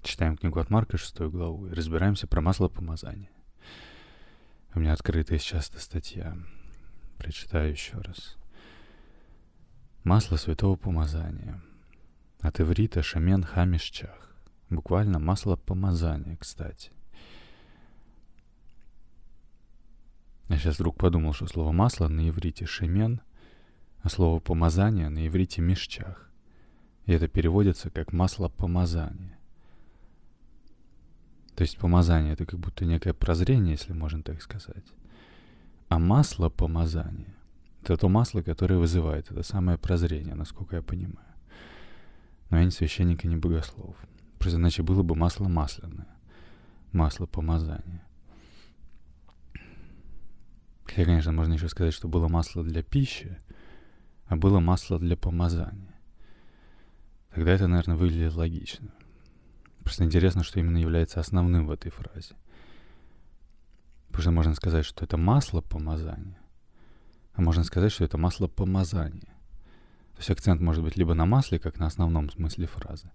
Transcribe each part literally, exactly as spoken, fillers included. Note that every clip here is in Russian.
Читаем книгу от Марка, шестую главу, и разбираемся про масло помазания. У меня открытая сейчас эта статья. Прочитаю еще раз. Масло святого помазания. От иврита шемен хамишчах. Буквально масло помазания, кстати. Я сейчас вдруг подумал, что слово масло на иврите шемен, а слово помазание на иврите мишчах. И это переводится как масло помазания. То есть помазание — это как будто некое прозрение, если можно так сказать. А масло помазания — это то масло, которое вызывает это самое прозрение, насколько я понимаю. Но я не священник и не богослов. Просто иначе было бы масло масляное. Масло помазания. Хотя, конечно, можно еще сказать, что было масло для пищи, а было масло для помазания. Тогда это, наверное, выглядит логично. Просто интересно, что именно является основным в этой фразе. Потому что можно сказать, что это масло помазания, а можно сказать, что это масло помазания. То есть акцент может быть либо на масле, как на основном смысле фразы,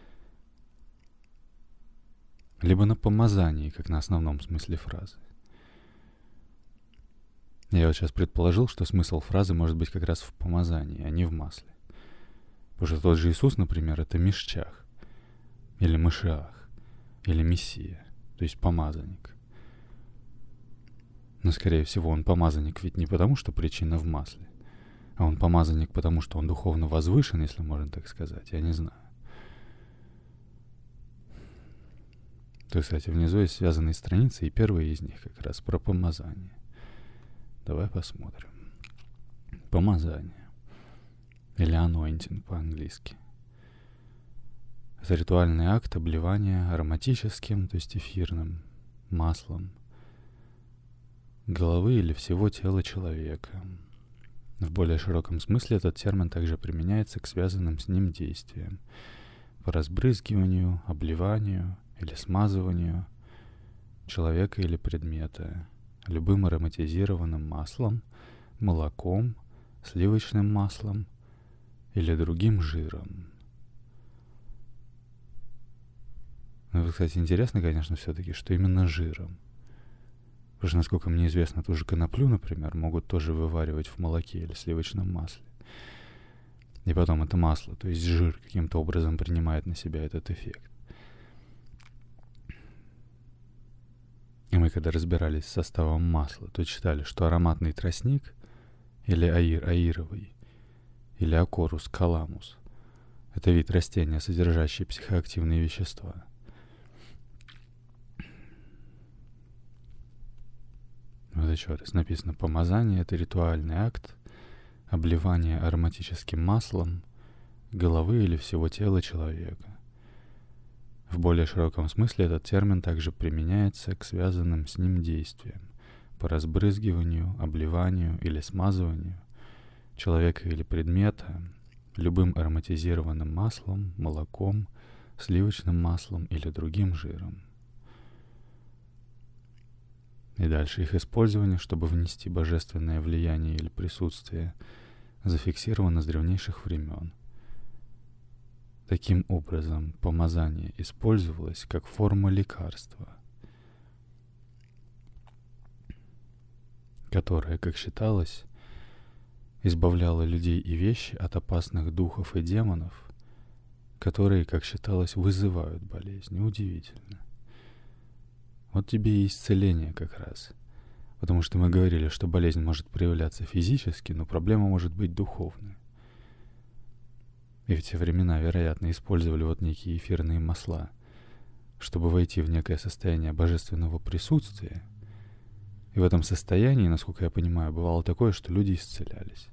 либо на помазании, как на основном смысле фразы. Я вот сейчас предположил, что смысл фразы может быть как раз в помазании, а не в масле. Потому что тот же Иисус, например, это мишчах, или Машиах, или Мессия, то есть помазанник. Но, скорее всего, он помазанник ведь не потому, что причина в масле, а он помазанник потому, что он духовно возвышен, если можно так сказать, я не знаю. То, кстати, внизу есть связанные страницы, и первая из них как раз про помазание. Давай посмотрим. Помазание. Или anointing по-английски. Это ритуальный акт обливания ароматическим, то есть эфирным, маслом головы или всего тела человека. В более широком смысле этот термин также применяется к связанным с ним действиям. По разбрызгиванию, обливанию или смазыванию человека или предмета любым ароматизированным маслом, молоком, сливочным маслом или другим жиром. Ну, кстати, интересно, конечно, все-таки, что именно жиром. Потому что, насколько мне известно, ту же коноплю, например, могут тоже вываривать в молоке или сливочном масле. И потом это масло, то есть жир, каким-то образом принимает на себя этот эффект. И мы, когда разбирались с составом масла, то читали, что ароматный тростник или аир аировый, или акорус каламус — это вид растения, содержащий психоактивные вещества. Вот еще раз написано: помазание — это ритуальный акт обливания ароматическим маслом головы или всего тела человека. В более широком смысле этот термин также применяется к связанным с ним действиям по разбрызгиванию, обливанию или смазыванию человека или предмета любым ароматизированным маслом, молоком, сливочным маслом или другим жиром. И дальше их использование, чтобы внести божественное влияние или присутствие, зафиксировано с древнейших времен. Таким образом, помазание использовалось как форма лекарства, которое, как считалось, избавляло людей и вещи от опасных духов и демонов, которые, как считалось, вызывают болезни. Удивительно. Вот тебе и исцеление как раз. Потому что мы говорили, что болезнь может проявляться физически, но проблема может быть духовной. И в те времена, вероятно, использовали вот некие эфирные масла, чтобы войти в некое состояние божественного присутствия. И в этом состоянии, насколько я понимаю, бывало такое, что люди исцелялись.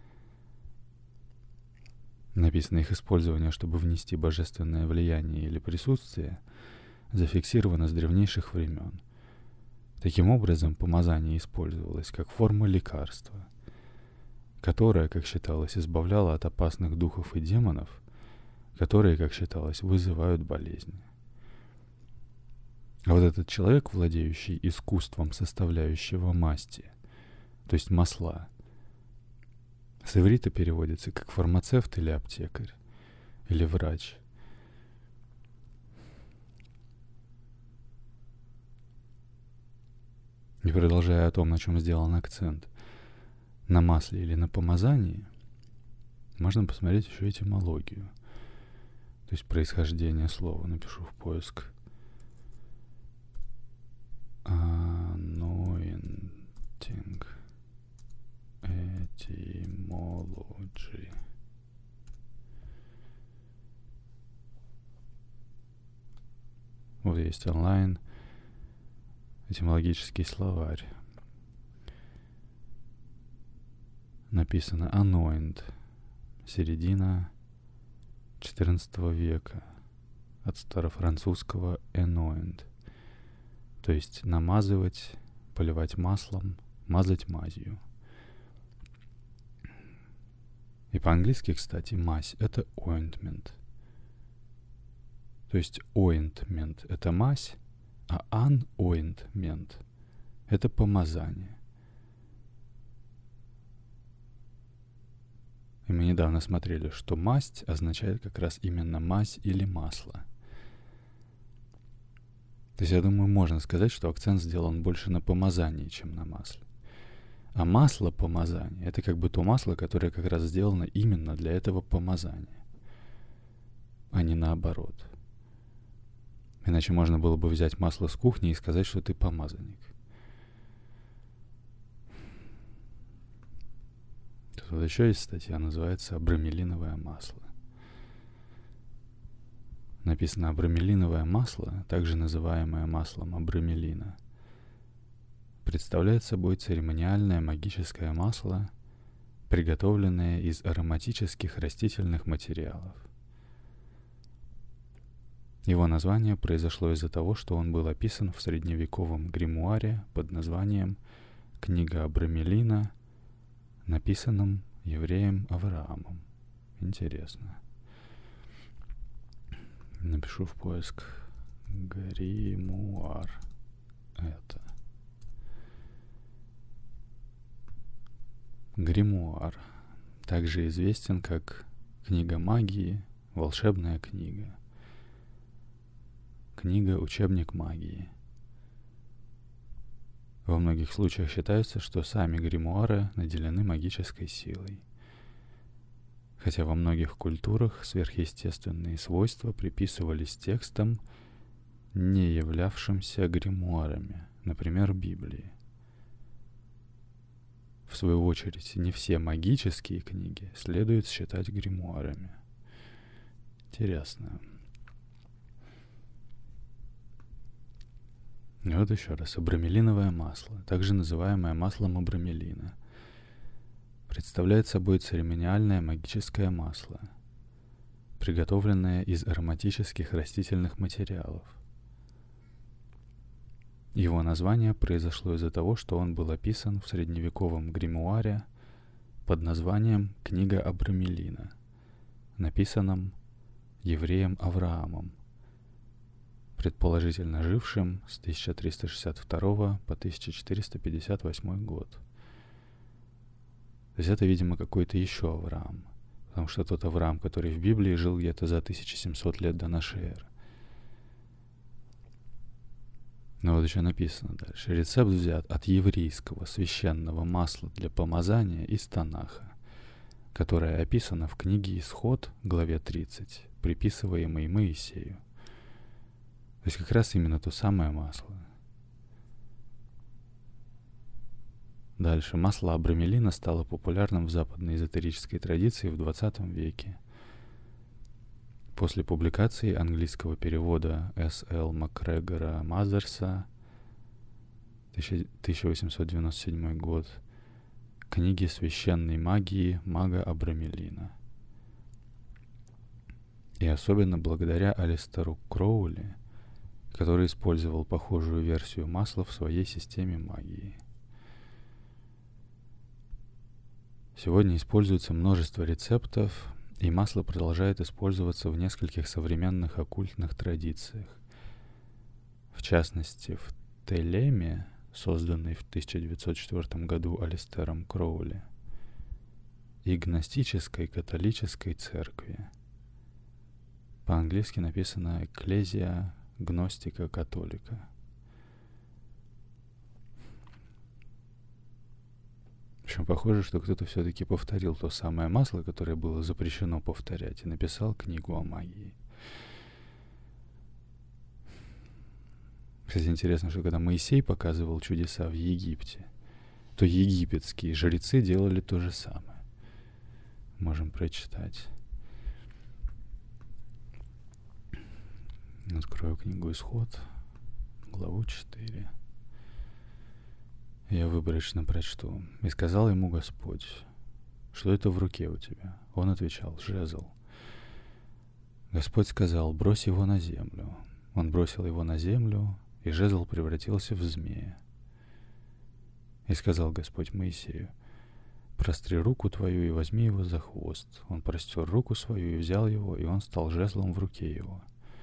Написано: их использование, чтобы внести божественное влияние или присутствие, зафиксировано с древнейших времен. Таким образом, помазание использовалось как форма лекарства, которая, как считалось, избавляла от опасных духов и демонов, которые, как считалось, вызывают болезни. А вот этот человек, владеющий искусством составляющего масти, то есть масла, с иврита переводится как фармацевт или аптекарь, или врач. И продолжая о том, на чем сделан акцент, на масле или на помазании, можно посмотреть еще этимологию, то есть происхождение слова. Напишу в поиск anointing, etymology. Вот есть онлайн этимологический словарь. Написано anoint, середина четырнадцатого века, от старофранцузского anoint, то есть намазывать, поливать маслом, мазать мазью. И по-английски, кстати, мазь — это ointment. То есть ointment — это мазь, а anointment — это помазание. И мы недавно смотрели, что масть означает как раз именно мазь или масло. То есть, я думаю, можно сказать, что акцент сделан больше на помазании, чем на масле. А масло помазания — это как бы то масло, которое как раз сделано именно для этого помазания, а не наоборот. Иначе можно было бы взять масло с кухни и сказать, что ты помазанник. Тут вот еще есть статья, называется «Абромелиновое масло». Написано: абромелиновое масло, также называемое маслом абромелина, представляет собой церемониальное магическое масло, приготовленное из ароматических растительных материалов. Его название произошло из-за того, что он был описан в средневековом гримуаре под названием «Книга Абромелина», написанном евреем Авраамом. Интересно. Напишу в поиск гримуар. Это. Гримуар также известен как книга магии, волшебная книга. Книга-учебник магии. Во многих случаях считается, что сами гримуары наделены магической силой. Хотя во многих культурах сверхъестественные свойства приписывались текстам, не являвшимся гримуарами, например, Библии. В свою очередь, не все магические книги следует считать гримуарами. Интересно. И вот еще раз. Абромелиновое масло, также называемое маслом абромелина, представляет собой церемониальное магическое масло, приготовленное из ароматических растительных материалов. Его название произошло из-за того, что он был описан в средневековом гримуаре под названием «Книга Абромелина», написанном евреем Авраамом, предположительно жившим с тысяча триста шестьдесят второго по тысяча четыреста пятьдесят восьмой год. То есть это, видимо, какой-то еще Авраам, потому что тот Авраам, который в Библии, жил где-то за тысяча семьсот лет до нашей эры. Но вот еще написано дальше. Рецепт взят от еврейского священного масла для помазания из Танаха, которое описано в книге Исход, главе тридцать, приписываемой Моисею. То есть как раз именно то самое масло. Дальше. Масло абромелина стало популярным в западной эзотерической традиции в двадцатом веке. После публикации английского перевода С Л Макгрегора Мазерса, тысяча восемьсот девяносто седьмой год, книги священной магии мага Абромелина. И особенно благодаря Алистеру Кроули, который использовал похожую версию масла в своей системе магии. Сегодня используется множество рецептов, и масло продолжает использоваться в нескольких современных оккультных традициях. В частности, в Телеме, созданной в тысяча девятьсот четвёртом году Алистером Кроули, и гностической католической церкви. По-английски написано «Ecclesia Gnostica Catholica». Причем похоже, что кто-то все-таки повторил то самое масло, которое было запрещено повторять, и написал книгу о магии. Кстати, интересно, что когда Моисей показывал чудеса в Египте, то египетские жрецы делали то же самое. Можем прочитать. Открою книгу «Исход», главу четыре. Я выборочно прочту. «И сказал ему Господь, что это в руке у тебя?» Он отвечал: «Жезл». Господь сказал: «Брось его на землю». Он бросил его на землю, и жезл превратился в змея. И сказал Господь Моисею: «Простри руку твою и возьми его за хвост». Он простер руку свою и взял его, и он стал жезлом в руке его.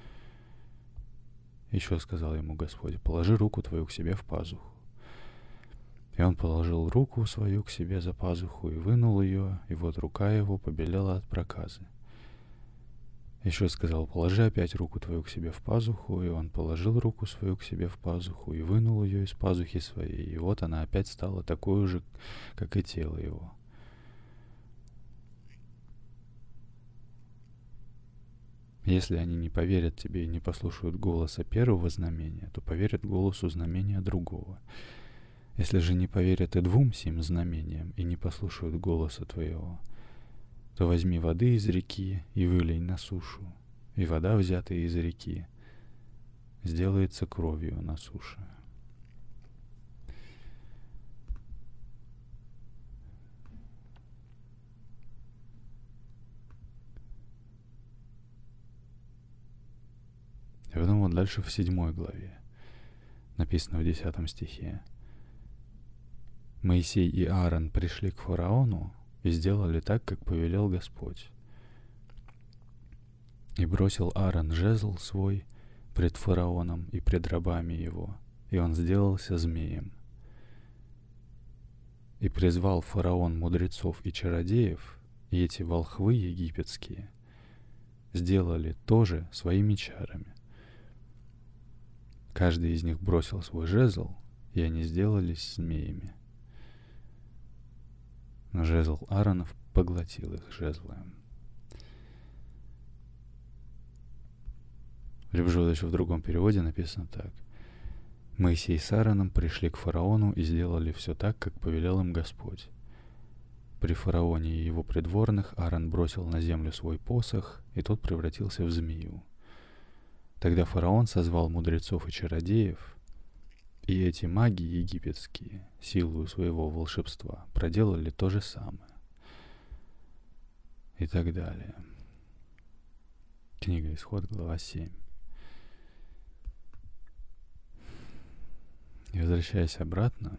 Еще сказал ему Господь: «Положи руку твою к себе в пазуху». И он положил руку свою к себе за пазуху и вынул ее, и вот рука его побелела от проказы. Еще сказал: «Положи опять руку твою к себе в пазуху», и он положил руку свою к себе в пазуху и вынул ее из пазухи своей, и вот она опять стала такой же, как и тело его. Если они не поверят тебе и не послушают голоса первого знамения, то поверят голосу знамения другого. Если же не поверят и двум сим знамениям и не послушают голоса твоего, то возьми воды из реки и вылей на сушу, и вода, взятая из реки, сделается кровью на суше. И потом вот дальше в седьмой главе написано в десятом стихе: «Моисей и Аарон пришли к фараону и сделали так, как повелел Господь. И бросил Аарон жезл свой пред фараоном и пред рабами его, и он сделался змеем. И призвал фараон мудрецов и чародеев, и эти волхвы египетские сделали тоже своими чарами. Каждый из них бросил свой жезл, и они сделались змеями. Но жезл Ааронов поглотил их жезлы». Либо же еще в другом переводе написано так: «Моисей с Аароном пришли к фараону и сделали все так, как повелел им Господь. При фараоне и его придворных Аарон бросил на землю свой посох, и тот превратился в змею. Тогда фараон созвал мудрецов и чародеев, и эти маги египетские, силою своего волшебства, проделали то же самое». И так далее. Книга «Исход», глава семь. И возвращаясь обратно,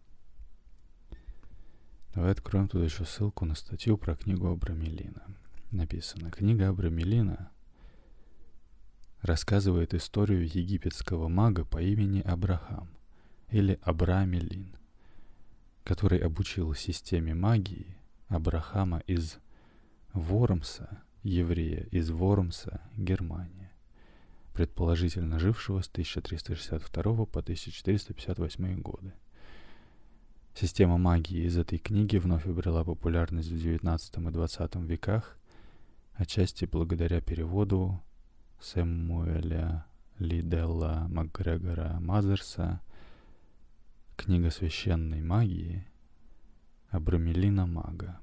давай откроем тут еще ссылку на статью про книгу Абрамелина. Написано: «Книга Абрамелина рассказывает историю египетского мага по имени Абрахам, или Абрамелин, который обучил системе магии Абрахама из Вормса, еврея из Вормса, Германия, предположительно жившего с тысяча триста шестьдесят второго по тысяча четыреста пятьдесят восьмой годы. Система магии из этой книги вновь обрела популярность в девятнадцатом и двадцатом веках, отчасти благодаря переводу Сэмуэля Лиделла Макгрегора Мазерса «Книга священной магии» Абрамелина Мага.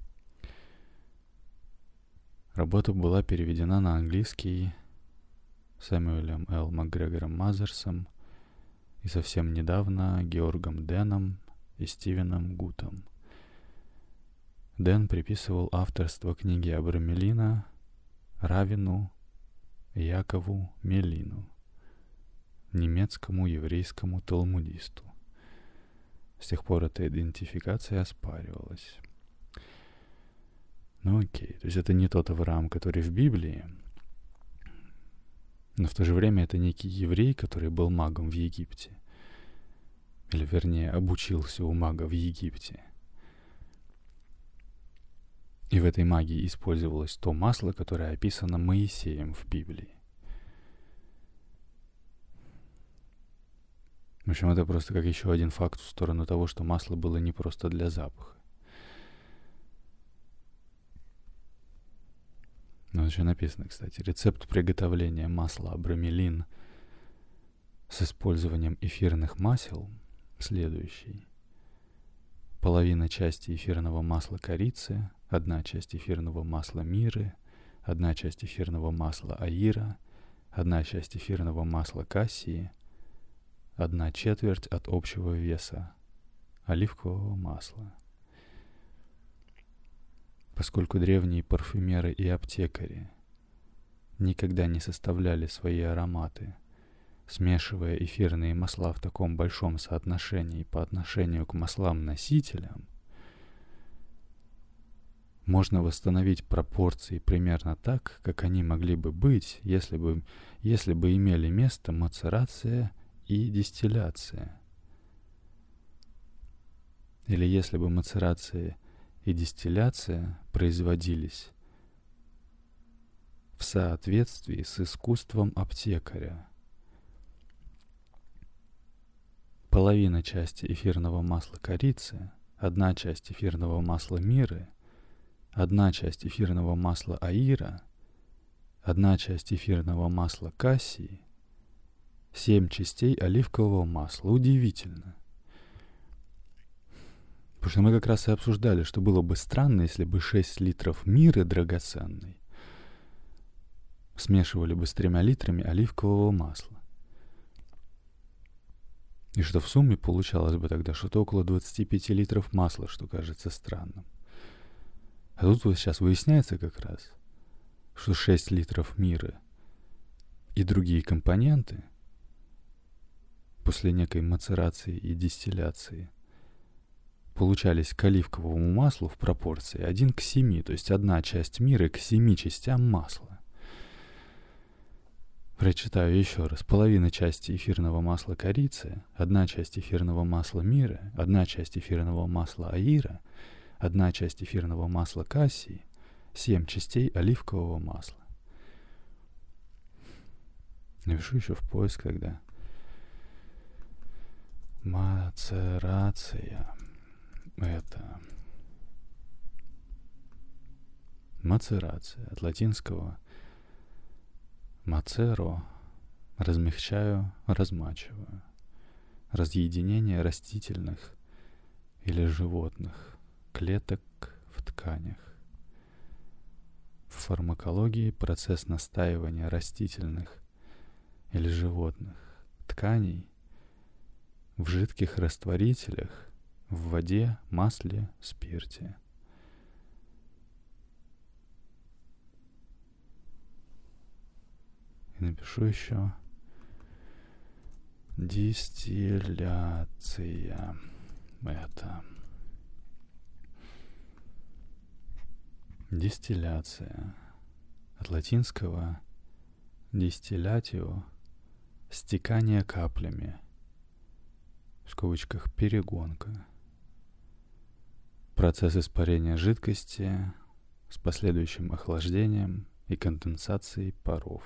Работа была переведена на английский Сэмюэлем Л. Макгрегором Мазерсом и совсем недавно Георгом Деном и Стивеном Гутом. Ден приписывал авторство книги Абрамелина Равину Якову Мелину, немецкому еврейскому талмудисту. С тех пор эта идентификация оспаривалась. Ну окей, то есть это не тот Авраам, который в Библии, но в то же время это некий еврей, который был магом в Египте. Или, вернее, обучился у мага в Египте. И в этой магии использовалось то масло, которое описано Моисеем в Библии. В общем, это просто как еще один факт в сторону того, что масло было не просто для запаха. Ну, еще написано, кстати, рецепт приготовления масла абромелин с использованием эфирных масел следующий. Половина части эфирного масла корицы, одна часть эфирного масла миры, одна часть эфирного масла аира, одна часть эфирного масла кассии, одна четверть от общего веса оливкового масла. Поскольку древние парфюмеры и аптекари никогда не составляли свои ароматы, смешивая эфирные масла в таком большом соотношении по отношению к маслам-носителям, можно восстановить пропорции примерно так, как они могли бы быть, если бы, если бы имели место мацерация и дистилляция. Или если бы мацерация и дистилляция производились в соответствии с искусством аптекаря. Половина части эфирного масла корицы, одна часть эфирного масла миры, одна часть эфирного масла аира, одна часть эфирного масла кассии, семь частей оливкового масла. Удивительно. Потому что мы как раз и обсуждали, что было бы странно, если бы шесть литров миры драгоценной смешивали бы с тремя литрами оливкового масла. И что в сумме получалось бы тогда что-то около двадцати пяти литров масла, что кажется странным. А тут вот сейчас выясняется как раз, что шесть литров миры и другие компоненты после некой мацерации и дистилляции получались к оливковому маслу в пропорции один к семи, то есть одна часть миры к семи частям масла. Прочитаю еще раз. Половина части эфирного масла корицы, одна часть эфирного масла миры, одна часть эфирного масла аира, одна часть эфирного масла кассии, семь частей оливкового масла. Напишу еще в поиск, когда мацерация. Это мацерация от латинского мацеро, размягчаю, размачиваю. Разъединение растительных или животных клеток в тканях. В фармакологии процесс настаивания растительных или животных тканей в жидких растворителях, в воде, масле, спирте. И напишу еще дистилляция. Это дистилляция от латинского distillатio — стекание каплями, в скобочках перегонка. Процесс испарения жидкости с последующим охлаждением и конденсацией паров,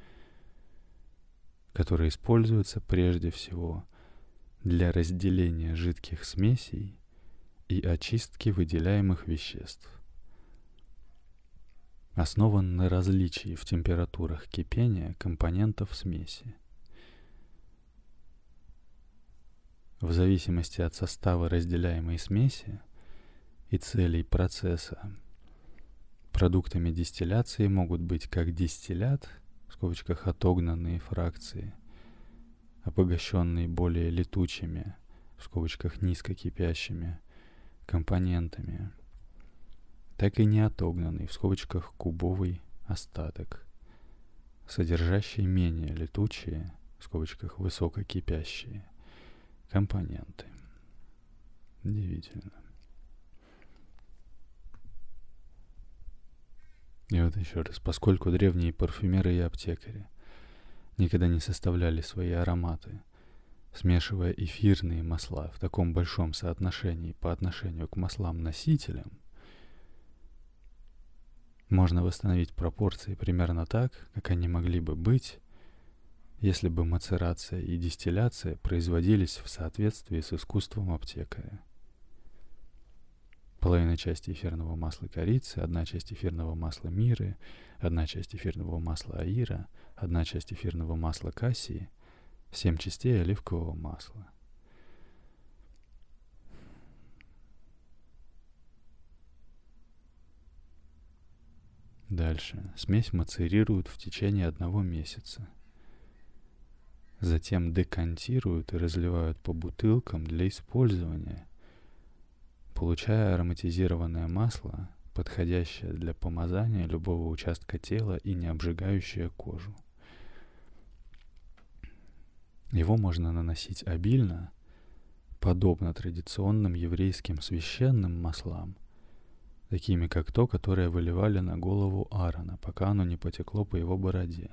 которые используются прежде всего для разделения жидких смесей и очистки выделяемых веществ. Основан на различии в температурах кипения компонентов смеси. В зависимости от состава разделяемой смеси и целей процесса, продуктами дистилляции могут быть как дистиллят, в скобочках отогнанные фракции, обогащенные более летучими, в скобочках низкокипящими компонентами, так и неотогнанный, в скобочках кубовый остаток, содержащий менее летучие, в скобочках высококипящие компоненты. Удивительно. И вот еще раз, поскольку древние парфюмеры и аптекари никогда не составляли свои ароматы, смешивая эфирные масла в таком большом соотношении по отношению к маслам-носителям, можно восстановить пропорции примерно так, как они могли бы быть, если бы мацерация и дистилляция производились в соответствии с искусством аптекаря. половина части эфирного масла корицы, одна часть эфирного масла миры, одна часть эфирного масла аира, одна часть эфирного масла кассии, семь частей оливкового масла. Дальше. Смесь мацерируют в течение одного месяца. Затем декантируют и разливают по бутылкам для использования, получая ароматизированное масло, подходящее для помазания любого участка тела и не обжигающее кожу. Его можно наносить обильно, подобно традиционным еврейским священным маслам, такими как то, которое выливали на голову Аарона, пока оно не потекло по его бороде.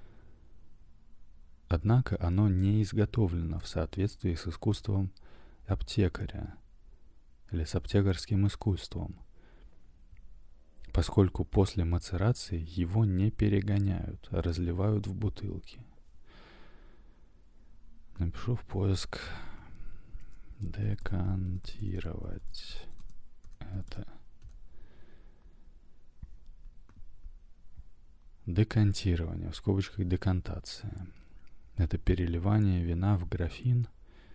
Однако оно не изготовлено в соответствии с искусством аптекаря или с аптекарским искусством, поскольку после мацерации его не перегоняют, а разливают в бутылки. Напишу в поиск «декантировать» это. Декантирование, в скобочках декантация. Это переливание вина в графин.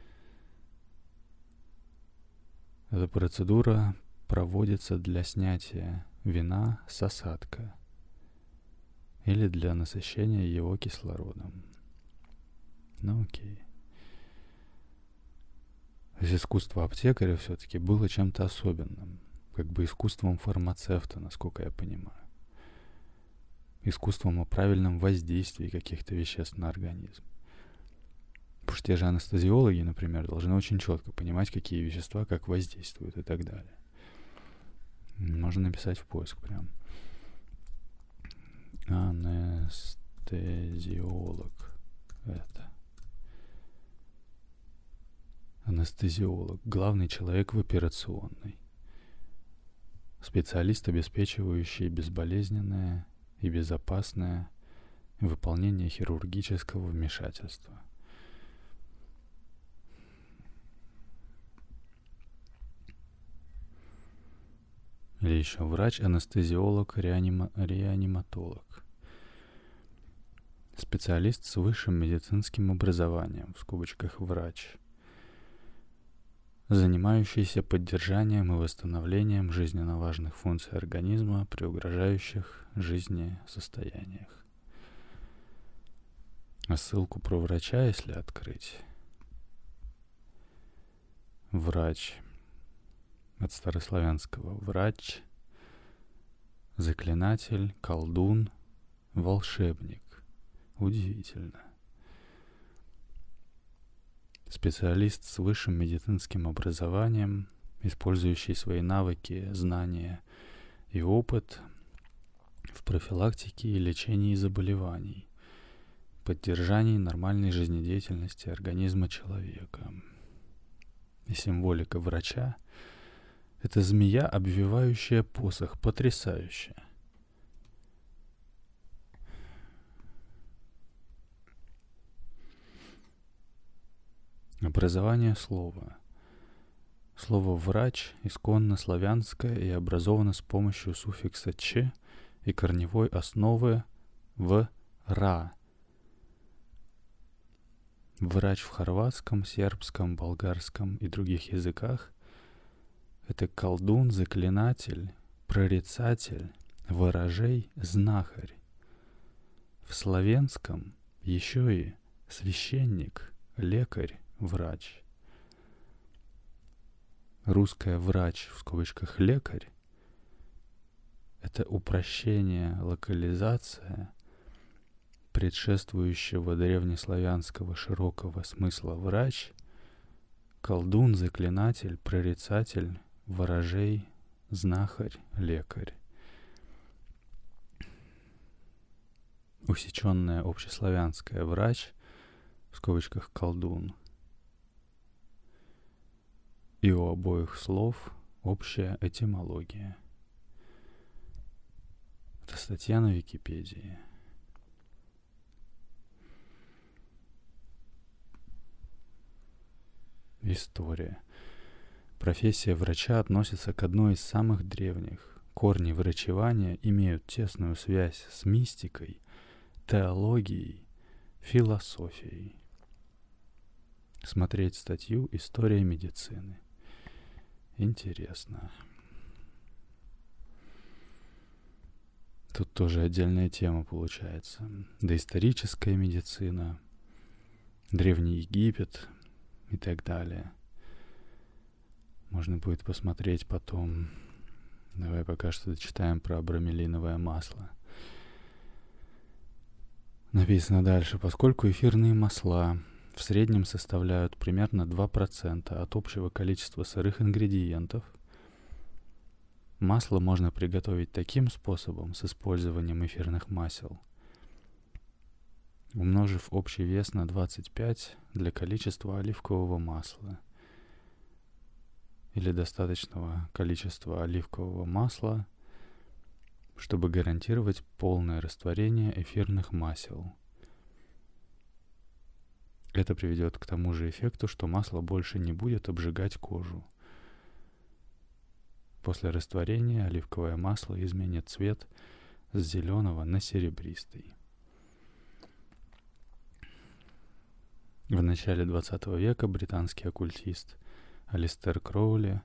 Эта процедура проводится для снятия вина с осадка или для насыщения его кислородом. Ну окей. То есть искусство аптекаря все-таки было чем-то особенным, как бы искусством фармацевта, насколько я понимаю. Искусством о правильном воздействии каких-то веществ на организм. Потому что те же анестезиологи, например, должны очень четко понимать, какие вещества как воздействуют и так далее. Можно написать в поиск прям. Анестезиолог. Это. Анестезиолог. Главный человек в операционной. Специалист, обеспечивающий безболезненное и безопасное выполнение хирургического вмешательства. Или еще врач, анестезиолог, реанима- реаниматолог. Специалист с высшим медицинским образованием, в скобочках врач, занимающийся поддержанием и восстановлением жизненно важных функций организма при угрожающих жизни состояниях. А ссылку про врача, если открыть. Врач. От старославянского врач, заклинатель, колдун, волшебник. Удивительно. Специалист с высшим медицинским образованием, использующий свои навыки, знания и опыт в профилактике и лечении заболеваний, поддержании нормальной жизнедеятельности организма человека. И символика врача — это змея, обвивающая посох, потрясающая. Образование слова. Слово «врач» исконно славянское и образовано с помощью суффикса «ч» и корневой основы в «ра». Врач в хорватском, сербском, болгарском и других языках — это колдун, заклинатель, прорицатель, ворожей, знахарь. В славянском еще и священник, лекарь, врач. Русское «врач» в скобочках «лекарь» — это упрощение, локализация предшествующего древнеславянского широкого смысла «врач», колдун, заклинатель, прорицатель, ворожей, знахарь, лекарь. Усеченное общеславянское «врач» в скобочках «колдун». И у обоих слов общая этимология. Это статья на Википедии. История. Профессия врача относится к одной из самых древних. Корни врачевания имеют тесную связь с мистикой, теологией, философией. Смотреть статью «История медицины». Интересно. Тут тоже отдельная тема получается. Доисторическая медицина, Древний Египет и так далее. Можно будет посмотреть потом. Давай пока что дочитаем про абромелиновое масло. Написано дальше. Поскольку эфирные масла в среднем составляют примерно два процента от общего количества сырых ингредиентов, масло можно приготовить таким способом с использованием эфирных масел, умножив общий вес на двадцать пять для количества оливкового масла или достаточного количества оливкового масла, чтобы гарантировать полное растворение эфирных масел. Это приведет к тому же эффекту, что масло больше не будет обжигать кожу. После растворения оливковое масло изменит цвет с зеленого на серебристый. В начале двадцатого века британский оккультист Алистер Кроули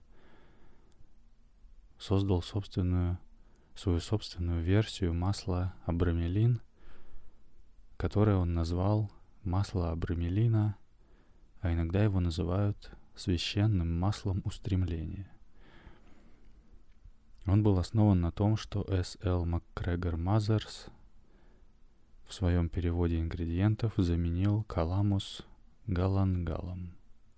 создал собственную, свою собственную версию масла абромелин, которое он назвал масло абромелина, а иногда его называют священным маслом устремления. Он был основан на том, что С Л Макгрегор Мазерс в своем переводе ингредиентов заменил каламус галангалом.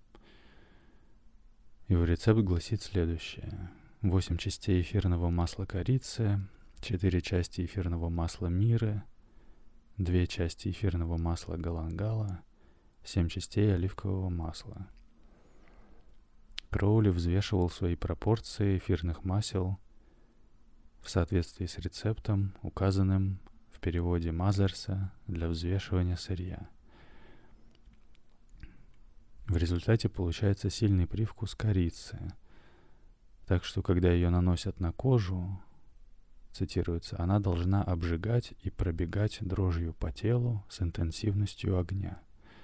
Его рецепт гласит следующее. восемь частей эфирного масла корицы, четыре части эфирного масла миры, две части эфирного масла галангала, семь частей оливкового масла. Кроули взвешивал свои пропорции эфирных масел в соответствии с рецептом, указанным в переводе Мазерса для взвешивания сырья. В результате получается сильный привкус корицы, так что когда ее наносят на кожу, цитируется, она должна обжигать и пробегать дрожью по телу с интенсивностью огня.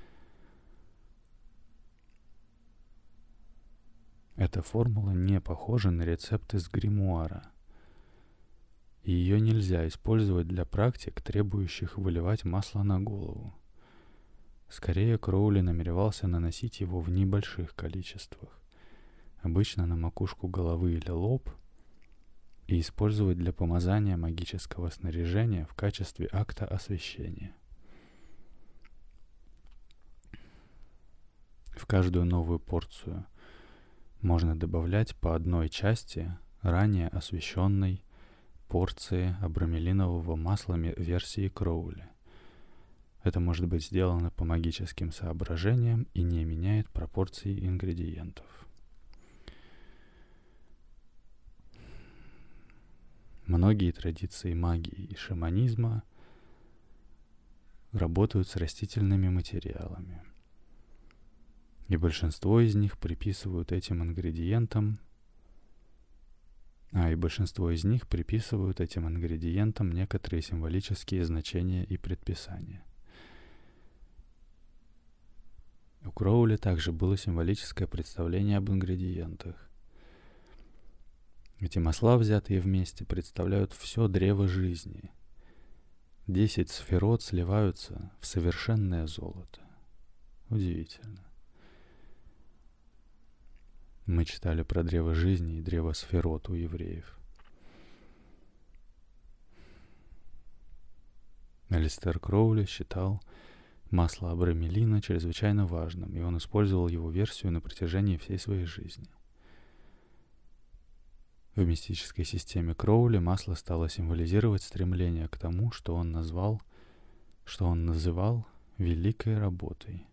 Эта формула не похожа на рецепт из гримуара, и ее нельзя использовать для практик, требующих выливать масло на голову. Скорее, Кроули намеревался наносить его в небольших количествах, обычно на макушку головы или лоб, и использовать для помазания магического снаряжения в качестве акта освящения. В каждую новую порцию можно добавлять по одной части ранее освященной порции абромелинового масла версии Кроули. Это может быть сделано по магическим соображениям и не меняет пропорции ингредиентов. Многие традиции магии и шаманизма работают с растительными материалами, и большинство из них приписывают этим ингредиентам, а и большинство из них приписывают этим ингредиентам некоторые символические значения и предписания. У Кроули также было символическое представление об ингредиентах. Эти масла, взятые вместе, представляют все древо жизни. Десять сферот сливаются в совершенное золото. Удивительно. Мы читали про древо жизни и древо сферот у евреев. Алистер Кроули считал масло абромелина чрезвычайно важным, и он использовал его версию на протяжении всей своей жизни. В мистической системе Кроули масло стало символизировать стремление к тому, что он назвал, что он называл великой работой.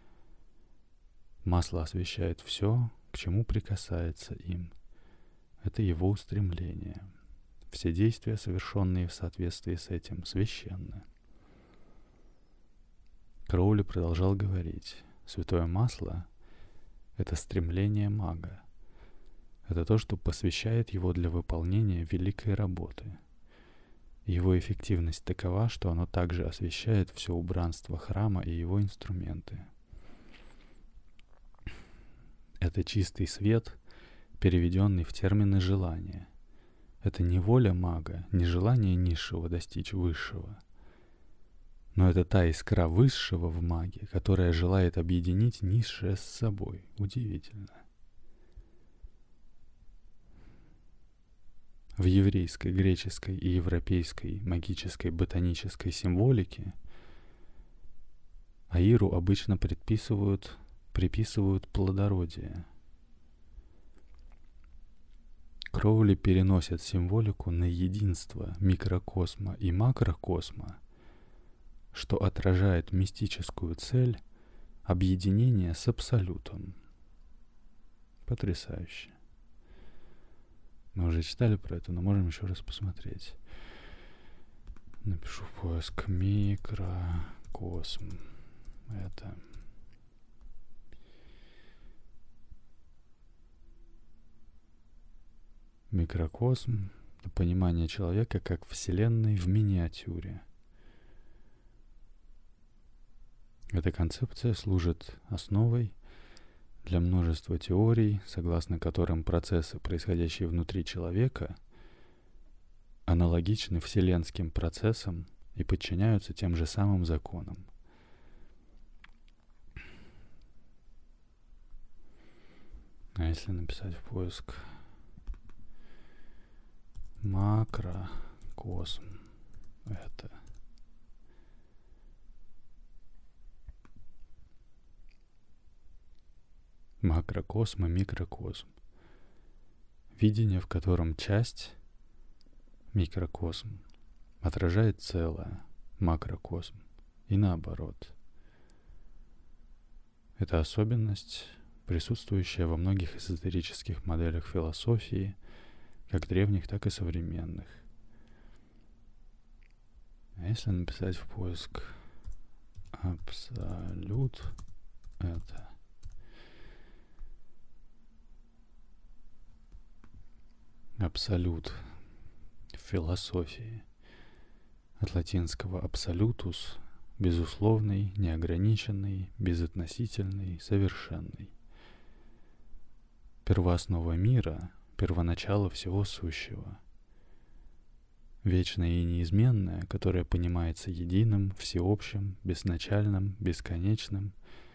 Масло освещает все, к чему прикасается им. Это его устремление. Все действия, совершенные в соответствии с этим, священны. Кроули продолжал говорить: святое масло — это стремление мага. Это то, что посвящает его для выполнения великой работы. Его эффективность такова, что оно также освещает все убранство храма и его инструменты. Это чистый свет, переведенный в термины желания. Это не воля мага, не желание низшего достичь высшего. Но это та искра высшего в маге, которая желает объединить низшее с собой. Удивительно. В еврейской, греческой и европейской магической ботанической символике Аиру обычно предписывают, приписывают плодородие. Кроули переносят символику на единство микрокосма и макрокосма, что отражает мистическую цель объединения с Абсолютом. Потрясающе. Мы уже читали про это, но можем еще раз посмотреть. Напишу в поиск микрокосм. Это... Микрокосм — это понимание человека как Вселенной в миниатюре. Эта концепция служит основой для множества теорий, согласно которым процессы, происходящие внутри человека, аналогичны вселенским процессам и подчиняются тем же самым законам. А если написать в поиск макрокосм, это... Макрокосм и микрокосм. Видение, в котором часть, микрокосм, отражает целое, макрокосм, и наоборот. Это особенность, присутствующая во многих эзотерических моделях философии, как древних, так и современных. А если написать в поиск абсолют, это... Абсолют в философии. От латинского absolutus — безусловный, неограниченный, безотносительный, совершенный. Первооснова мира, первоначало всего сущего. Вечное и неизменное, которое понимается единым, всеобщим, безначальным, бесконечным.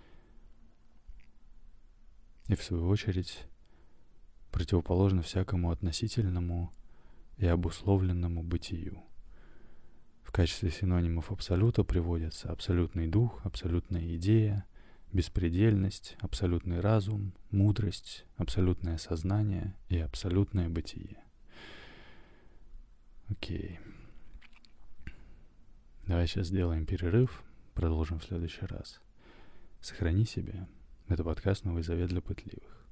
И в свою очередь противоположно всякому относительному и обусловленному бытию. В качестве синонимов абсолюта приводятся абсолютный дух, абсолютная идея, беспредельность, абсолютный разум, мудрость, абсолютное сознание и абсолютное бытие. Окей. Давай сейчас сделаем перерыв, продолжим в следующий раз. Сохрани себя. Это подкаст «Новый завет для пытливых».